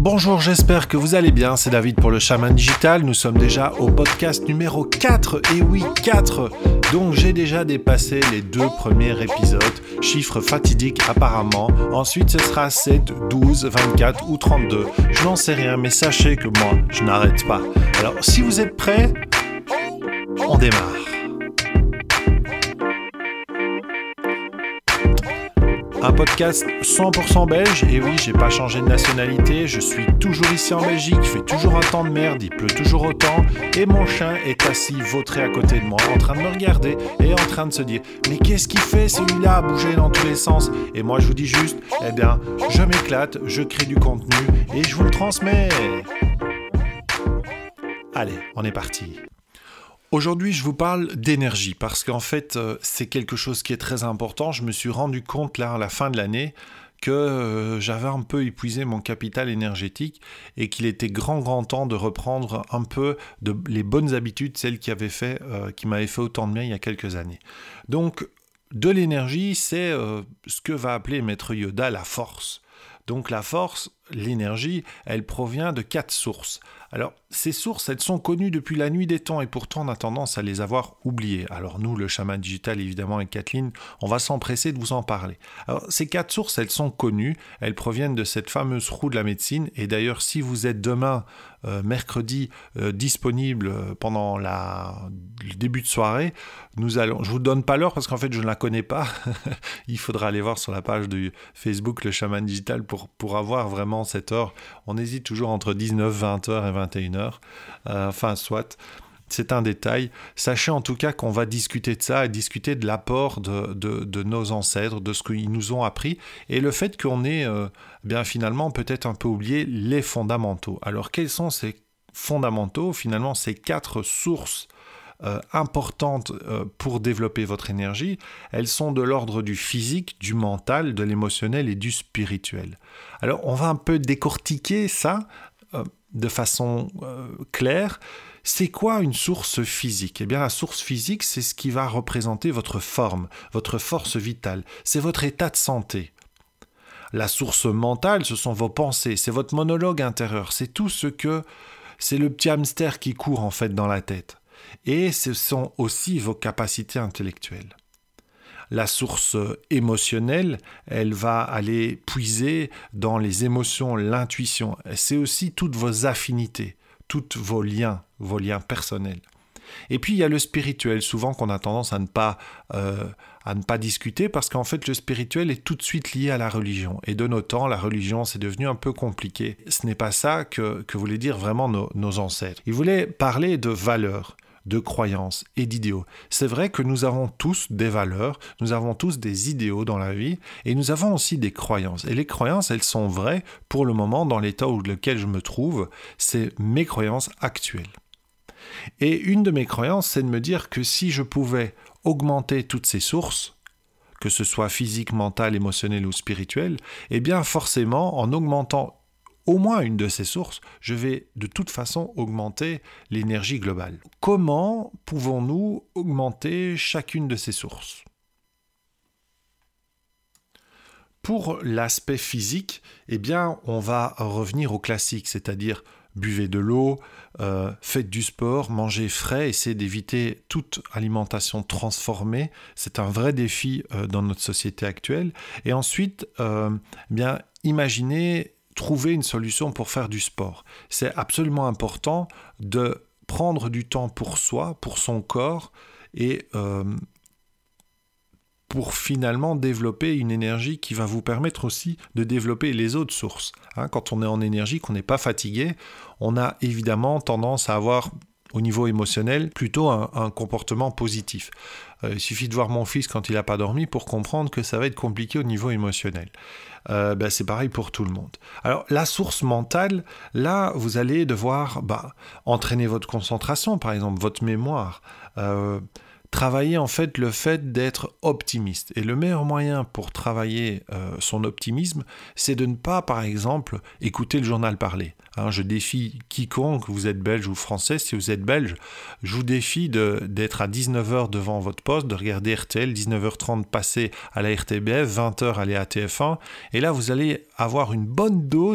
Bonjour, j'espère que vous allez bien, c'est David pour le Chaman Digital, nous sommes déjà au podcast numéro 4, et oui 4, donc j'ai déjà dépassé les 2 premiers épisodes, chiffre fatidique apparemment, ensuite ce sera 7, 12, 24 ou 32, je n'en sais rien mais sachez que moi je n'arrête pas. Alors si vous êtes prêts, on démarre. Un podcast 100% belge, et oui, j'ai pas changé de nationalité, je suis toujours ici en Belgique, il fait toujours un temps de merde, il pleut toujours autant, et mon chien est assis vautré à côté de moi, en train de me regarder et en train de se dire « Mais qu'est-ce qu'il fait celui-là à bouger dans tous les sens ?» Et moi je vous dis juste « Eh bien, je m'éclate, je crée du contenu et je vous le transmets !» Allez, on est parti. Aujourd'hui, je vous parle d'énergie parce qu'en fait, c'est quelque chose qui est très important. Je me suis rendu compte là à la fin de l'année que j'avais un peu épuisé mon capital énergétique et qu'il était grand temps de reprendre un peu les bonnes habitudes, celles qui m'avaient fait autant de bien il y a quelques années. Donc, de l'énergie, c'est ce que va appeler Maître Yoda la force. Donc la force, l'énergie, elle provient de 4 sources. Alors, ces sources, elles sont connues depuis la nuit des temps et pourtant on a tendance à les avoir oubliées. Alors nous, le Chaman Digital, évidemment, avec Kathleen, on va s'empresser de vous en parler. Alors, ces 4 sources, elles sont connues, elles proviennent de cette fameuse roue de la médecine. Et d'ailleurs, si vous êtes demain, mercredi, disponible pendant le début de soirée, je ne vous donne pas l'heure parce qu'en fait, je ne la connais pas. Il faudra aller voir sur la page de Facebook, le Chaman Digital, pour avoir vraiment cette heure. On hésite toujours entre 19, 20h et 21h. Enfin, soit, c'est un détail. Sachez en tout cas qu'on va discuter de ça et discuter de l'apport de nos ancêtres, de ce qu'ils nous ont appris et le fait qu'on ait finalement peut-être un peu oublié les fondamentaux. Alors, quels sont ces fondamentaux? Finalement, ces 4 sources importantes pour développer votre énergie, elles sont de l'ordre du physique, du mental, de l'émotionnel et du spirituel. Alors, on va un peu décortiquer ça de façon claire. C'est quoi une source physique? Eh bien, la source physique, c'est ce qui va représenter votre forme, votre force vitale. C'est votre état de santé. La source mentale, ce sont vos pensées, c'est votre monologue intérieur. C'est tout c'est le petit hamster qui court en fait dans la tête. Et ce sont aussi vos capacités intellectuelles. La source émotionnelle, elle va aller puiser dans les émotions, l'intuition. C'est aussi toutes vos affinités, tous vos liens personnels. Et puis il y a le spirituel, souvent qu'on a tendance à ne pas discuter parce qu'en fait le spirituel est tout de suite lié à la religion. Et de nos temps, la religion c'est devenu un peu compliqué. Ce n'est pas ça que voulaient dire vraiment nos ancêtres. Ils voulaient parler de valeurs, de croyances et d'idéaux. C'est vrai que nous avons tous des valeurs, nous avons tous des idéaux dans la vie et nous avons aussi des croyances. Et les croyances, elles sont vraies pour le moment dans l'état dans lequel je me trouve, c'est mes croyances actuelles. Et une de mes croyances, c'est de me dire que si je pouvais augmenter toutes ces sources, que ce soit physique, mentale, émotionnelle ou spirituelle, eh bien forcément, en augmentant au moins une de ces sources, je vais de toute façon augmenter l'énergie globale. Comment pouvons-nous augmenter chacune de ces sources ? Pour l'aspect physique, eh bien, on va revenir au classique, c'est-à-dire buvez de l'eau, faites du sport, mangez frais, essayez d'éviter toute alimentation transformée. C'est un vrai défi dans notre société actuelle. Et ensuite, imaginez trouver une solution pour faire du sport. C'est absolument important de prendre du temps pour soi, pour son corps et pour finalement développer une énergie qui va vous permettre aussi de développer les autres sources. Quand on est en énergie, qu'on n'est pas fatigué, on a évidemment tendance à avoir au niveau émotionnel plutôt un comportement positif. Il suffit de voir mon fils quand il n'a pas dormi pour comprendre que ça va être compliqué au niveau émotionnel. C'est pareil pour tout le monde. Alors la source mentale, là vous allez devoir entraîner votre concentration, par exemple votre mémoire, travailler en fait le fait d'être optimiste. Et le meilleur moyen pour travailler son optimisme, c'est de ne pas, par exemple, écouter le journal parlé. Je défie quiconque, vous êtes belge ou français, si vous êtes belge, je vous défie d'être à 19h devant votre poste, de regarder RTL, 19h30 passer à la RTBF, 20h aller à TF1, et là vous allez avoir une bonne dose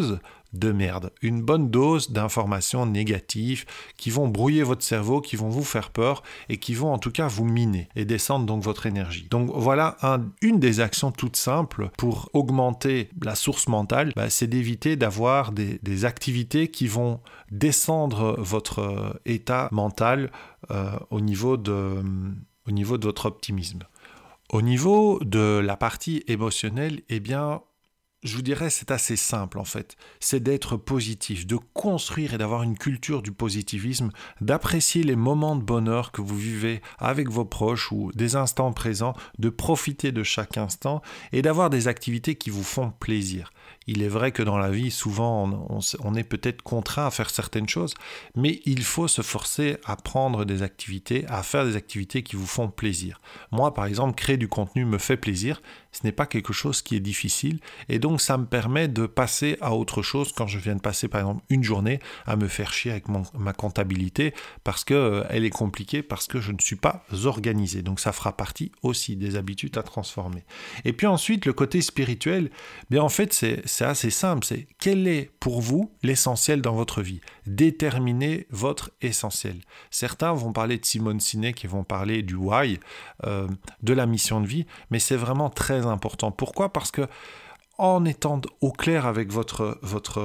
de merde, une bonne dose d'informations négatives qui vont brouiller votre cerveau, qui vont vous faire peur et qui vont en tout cas vous miner et descendre donc votre énergie. Donc voilà une des actions toutes simples pour augmenter la source mentale, c'est d'éviter d'avoir des activités qui vont descendre votre état mental au niveau de votre optimisme. Au niveau de la partie émotionnelle, je vous dirais c'est assez simple en fait. C'est d'être positif, de construire et d'avoir une culture du positivisme, d'apprécier les moments de bonheur que vous vivez avec vos proches ou des instants présents, de profiter de chaque instant et d'avoir des activités qui vous font plaisir. Il est vrai que dans la vie, souvent, on est peut-être contraint à faire certaines choses, mais il faut se forcer à prendre des activités, à faire des activités qui vous font plaisir. Moi, par exemple, créer du contenu me fait plaisir. Ce n'est pas quelque chose qui est difficile et donc ça me permet de passer à autre chose quand je viens de passer par exemple une journée à me faire chier avec ma comptabilité parce qu'elle est compliquée, parce que je ne suis pas organisé. Donc ça fera partie aussi des habitudes à transformer. Et puis ensuite, le côté spirituel, en fait c'est assez simple, c'est quel est pour vous l'essentiel dans votre vie ? Déterminez votre essentiel. Certains vont parler de Simone Sinek qui vont parler du why, de la mission de vie, mais c'est vraiment très important. Pourquoi ? Parce que en étant au clair avec votre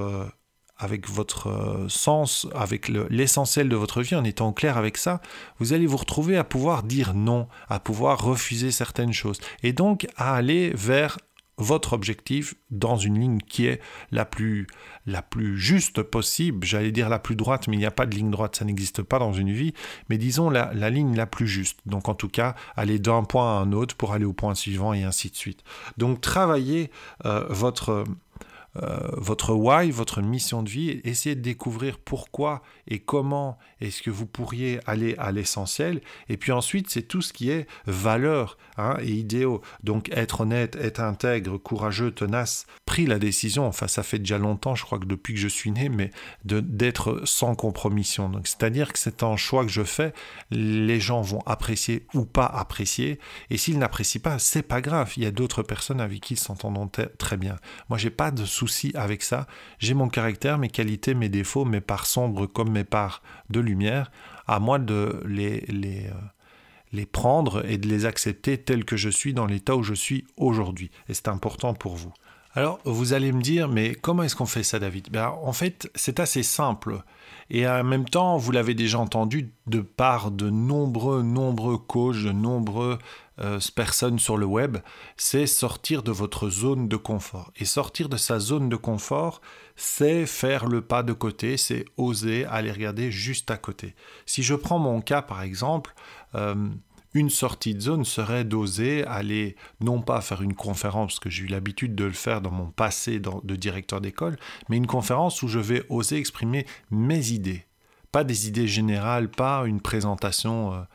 sens, avec l'essentiel de votre vie, en étant clair avec ça, vous allez vous retrouver à pouvoir dire non, à pouvoir refuser certaines choses, et donc à aller vers votre objectif dans une ligne qui est la plus juste possible, j'allais dire la plus droite, mais il n'y a pas de ligne droite, ça n'existe pas dans une vie, mais disons la ligne la plus juste. Donc en tout cas, aller d'un point à un autre pour aller au point suivant et ainsi de suite. Donc travaillez votre why, votre mission de vie, et essayez de découvrir pourquoi et comment est-ce que vous pourriez aller à l'essentiel. Et puis ensuite, c'est tout ce qui est valeurs et idéaux. Donc être honnête, être intègre, courageux, tenace, pris la décision, enfin ça fait déjà longtemps, je crois que depuis que je suis né, mais d'être sans compromission. Donc c'est-à-dire que c'est un choix que je fais, les gens vont apprécier ou pas apprécier, et s'ils n'apprécient pas, c'est pas grave, il y a d'autres personnes avec qui ils s'entendront très bien. Moi j'ai pas de souci avec ça, j'ai mon caractère, mes qualités, mes défauts, mes parts sombres comme mes parts de lumière, à moi de les prendre et de les accepter tels que je suis dans l'état où je suis aujourd'hui. Et c'est important pour vous. Alors, vous allez me dire, mais comment est-ce qu'on fait ça, David ? En fait, c'est assez simple. Et en même temps, vous l'avez déjà entendu de part de nombreux coachs, de nombreuses personnes sur le web, c'est sortir de votre zone de confort. Et sortir de sa zone de confort, c'est faire le pas de côté, c'est oser aller regarder juste à côté. Si je prends mon cas, par exemple, une sortie de zone serait d'oser aller, non pas faire une conférence, parce que j'ai eu l'habitude de le faire dans mon passé de directeur d'école, mais une conférence où je vais oser exprimer mes idées. Pas des idées générales, pas une présentation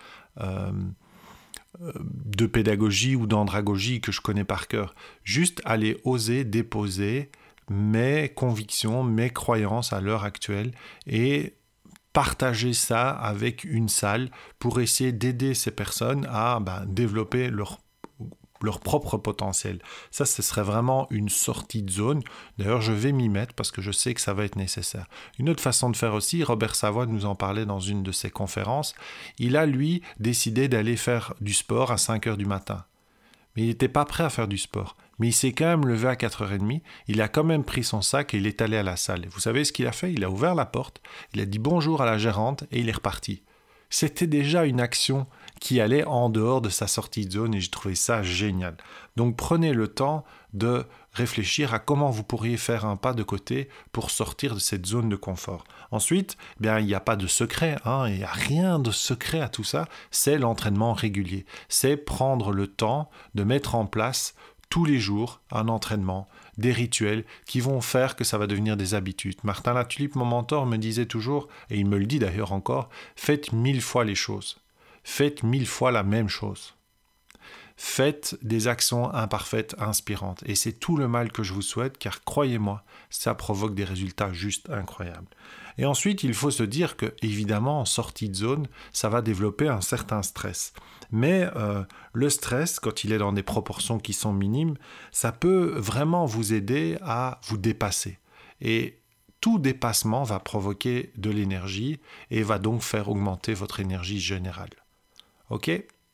de pédagogie ou d'andragogie que je connais par cœur. Juste aller oser déposer mes convictions, mes croyances à l'heure actuelle et partager ça avec une salle pour essayer d'aider ces personnes à développer leur propre potentiel. Ça, ce serait vraiment une sortie de zone. D'ailleurs, je vais m'y mettre parce que je sais que ça va être nécessaire. Une autre façon de faire aussi, Robert Savoine nous en parlait dans une de ses conférences, il a, lui, décidé d'aller faire du sport à 5h du matin. Mais il n'était pas prêt à faire du sport. Mais il s'est quand même levé à 4h30, il a quand même pris son sac et il est allé à la salle. Et vous savez ce qu'il a fait ? Il a ouvert la porte, il a dit bonjour à la gérante et il est reparti. C'était déjà une action qui allait en dehors de sa sortie de zone et j'ai trouvé ça génial. Donc prenez le temps de réfléchir à comment vous pourriez faire un pas de côté pour sortir de cette zone de confort. Ensuite, il n'y a pas de secret, il n'y a rien de secret à tout ça, c'est l'entraînement régulier. C'est prendre le temps de mettre en place tous les jours un entraînement, des rituels qui vont faire que ça va devenir des habitudes. Martin Latulippe, mon mentor, me disait toujours, et il me le dit d'ailleurs encore, faites 1000 fois les choses. Faites 1000 fois la même chose. Faites des actions imparfaites, inspirantes. Et c'est tout le mal que je vous souhaite, car croyez-moi, ça provoque des résultats juste incroyables. Et ensuite, il faut se dire que, évidemment, en sortie de zone, ça va développer un certain stress. Mais le stress, quand il est dans des proportions qui sont minimes, ça peut vraiment vous aider à vous dépasser. Et tout dépassement va provoquer de l'énergie et va donc faire augmenter votre énergie générale. Ok ?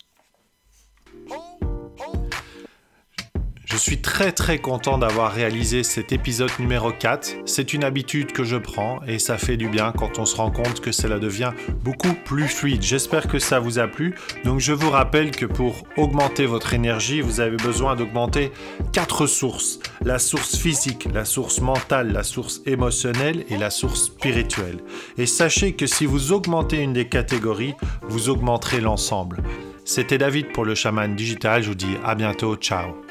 Je suis très très content d'avoir réalisé cet épisode numéro 4. C'est une habitude que je prends et ça fait du bien quand on se rend compte que cela devient beaucoup plus fluide. J'espère que ça vous a plu. Donc je vous rappelle que pour augmenter votre énergie, vous avez besoin d'augmenter 4 sources. La source physique, la source mentale, la source émotionnelle et la source spirituelle. Et sachez que si vous augmentez une des catégories, vous augmenterez l'ensemble. C'était David pour le Chaman Digital. Je vous dis à bientôt. Ciao.